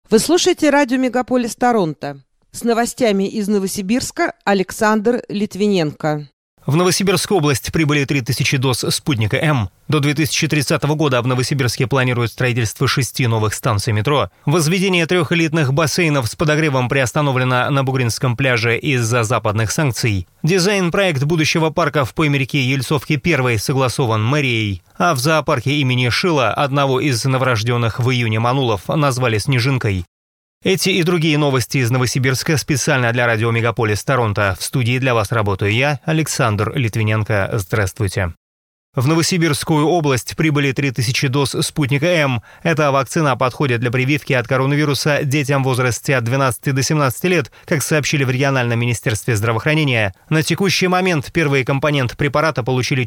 Вы слушаете радио «Мегаполис Торонто». С новостями из Новосибирска Александр Литвиненко. В Новосибирскую область прибыли 3000 доз «Спутника М». До 2030 года в Новосибирске планируют строительство 6 новых станций метро. Возведение 3 элитных бассейнов с подогревом приостановлено на Бугринском пляже из-за западных санкций. Дизайн-проект будущего парка в Пойме-реке Ельцовки-1 согласован мэрией. А в зоопарке имени Шила одного из новорожденных в июне манулов назвали «Снежинкой». Эти и другие новости из Новосибирска специально для радио «Мегаполис Торонто». В студии для вас работаю я, Александр Литвиненко. Здравствуйте. В Новосибирскую область прибыли 3000 доз «Спутника М». Эта вакцина подходит для прививки от коронавируса детям в возрасте от 12 до 17 лет, как сообщили в региональном министерстве здравоохранения. На текущий момент первый компонент препарата получили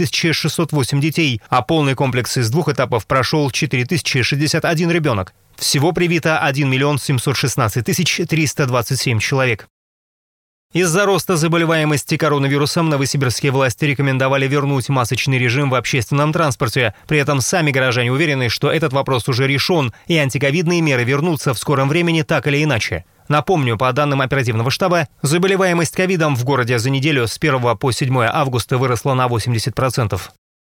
4608 детей, а полный комплекс из 2 этапов прошел 4061 ребенок. Всего привито 1 716 327 человек. Из-за роста заболеваемости коронавирусом новосибирские власти рекомендовали вернуть масочный режим в общественном транспорте. При этом сами горожане уверены, что этот вопрос уже решен, и антиковидные меры вернутся в скором времени так или иначе. Напомню, по данным оперативного штаба, заболеваемость ковидом в городе за неделю с 1 по 7 августа выросла на 80%.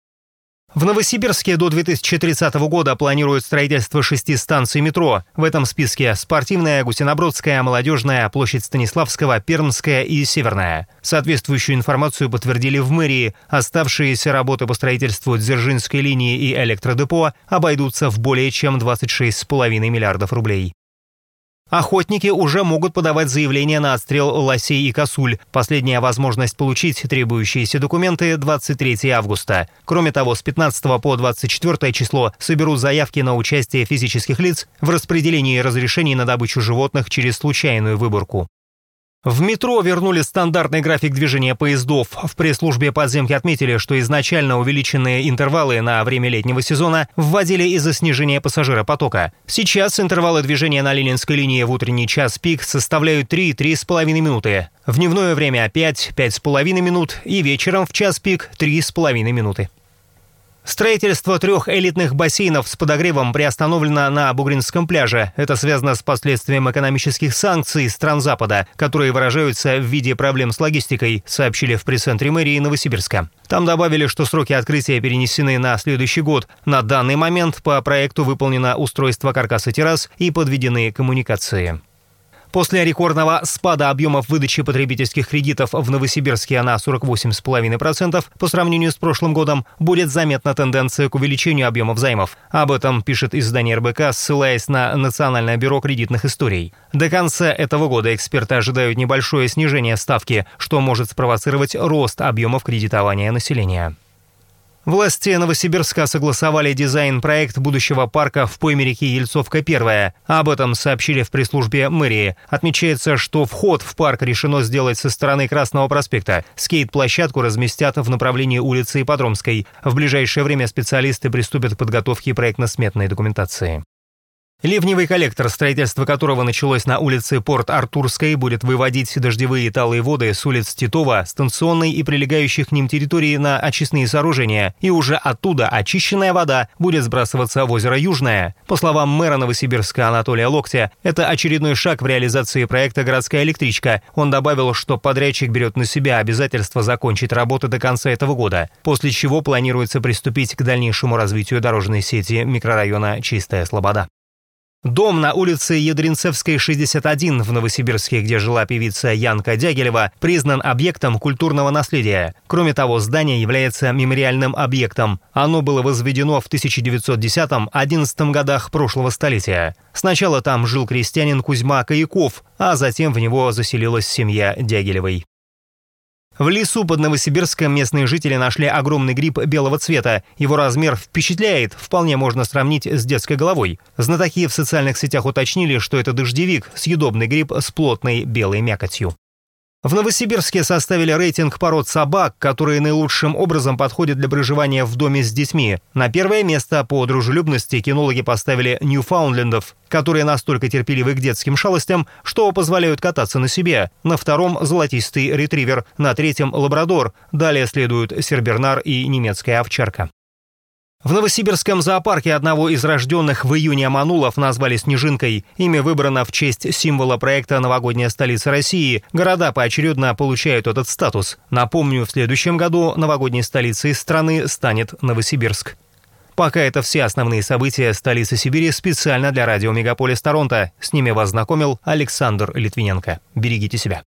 В Новосибирске до 2030 года планируют строительство 6 станций метро. В этом списке Спортивная, Гусинобродская, Молодежная, площадь Станиславского, Пермская и Северная. Соответствующую информацию подтвердили в мэрии. Оставшиеся работы по строительству Дзержинской линии и электродепо обойдутся в более чем 26,5 миллиардов рублей. Охотники уже могут подавать заявления на отстрел лосей и косуль. Последняя возможность получить требующиеся документы 23 августа. Кроме того, с 15 по 24 число соберут заявки на участие физических лиц в распределении разрешений на добычу животных через случайную выборку. В метро вернули стандартный график движения поездов. В пресс-службе подземки отметили, что изначально увеличенные интервалы на время летнего сезона вводили из-за снижения пассажиропотока. Сейчас интервалы движения на Ленинской линии в утренний час пик составляют 3-3,5 минуты. В дневное время 5-5,5 минут и вечером в час пик 3,5 минуты. Строительство 3 элитных бассейнов с подогревом приостановлено на Бугринском пляже. Это связано с последствием экономических санкций стран Запада, которые выражаются в виде проблем с логистикой, сообщили в пресс-центре мэрии Новосибирска. Там добавили, что сроки открытия перенесены на следующий год. На данный момент по проекту выполнено устройство каркаса террас и подведены коммуникации. После рекордного спада объемов выдачи потребительских кредитов в Новосибирске на 48,5% по сравнению с прошлым годом будет заметна тенденция к увеличению объемов займов. Об этом пишет издание РБК, ссылаясь на Национальное бюро кредитных историй. До конца этого года эксперты ожидают небольшое снижение ставки, что может спровоцировать рост объемов кредитования населения. Власти Новосибирска согласовали дизайн-проект будущего парка в Пойме-реке Ельцовка-1. Об этом сообщили в пресс-службе мэрии. Отмечается, что вход в парк решено сделать со стороны Красного проспекта. Скейт-площадку разместят в направлении улицы Ипподромской. В ближайшее время специалисты приступят к подготовке проектно-сметной документации. Ливневый коллектор, строительство которого началось на улице Порт-Артурской, будет выводить дождевые талые воды с улиц Титова, Станционной и прилегающих к ним территорий на очистные сооружения, и уже оттуда очищенная вода будет сбрасываться в озеро Южное. По словам мэра Новосибирска Анатолия Локтя, это очередной шаг в реализации проекта «Городская электричка». Он добавил, что подрядчик берет на себя обязательство закончить работы до конца этого года, после чего планируется приступить к дальнейшему развитию дорожной сети микрорайона Чистая Слобода. Дом на улице Ядринцевской, 61 в Новосибирске, где жила певица Янка Дягилева, признан объектом культурного наследия. Кроме того, здание является мемориальным объектом. Оно было возведено в 1910-11 годах прошлого столетия. Сначала там жил крестьянин Кузьма Каяков, а затем в него заселилась семья Дягилевой. В лесу под Новосибирском местные жители нашли огромный гриб белого цвета. Его размер впечатляет, вполне можно сравнить с детской головой. Знатоки в социальных сетях уточнили, что это дождевик, съедобный гриб с плотной белой мякотью. В Новосибирске составили рейтинг пород собак, которые наилучшим образом подходят для проживания в доме с детьми. На первое место по дружелюбности кинологи поставили ньюфаундлендов, которые настолько терпеливы к детским шалостям, что позволяют кататься на себе. На втором – золотистый ретривер, на третьем – лабрадор. Далее следуют сербернар и немецкая овчарка. В Новосибирском зоопарке одного из рожденных в июне аманулов назвали «Снежинкой». Имя выбрано в честь символа проекта «Новогодняя столица России». Города поочередно получают этот статус. Напомню, в следующем году новогодней столицей страны станет Новосибирск. Пока это все основные события столицы Сибири специально для радио «Мегаполис Торонто». С ними вас знакомил Александр Литвиненко. Берегите себя.